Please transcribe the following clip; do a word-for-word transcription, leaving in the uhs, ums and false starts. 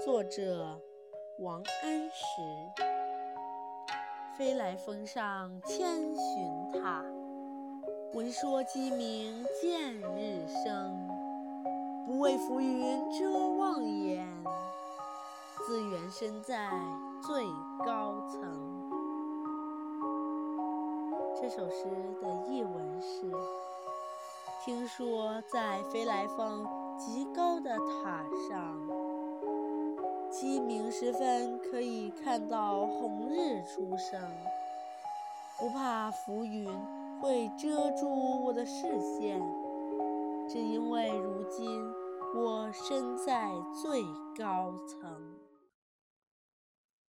作者王安石。飞来峰上千寻塔，闻说鸡鸣见日升。不为浮云遮望眼，自缘身在最高层。这首诗的译文是：听说在飞来峰极高的塔上，鸡鸣时分可以看到红日初升，不怕浮云会遮住我的视线，只因为如今我身在最高层。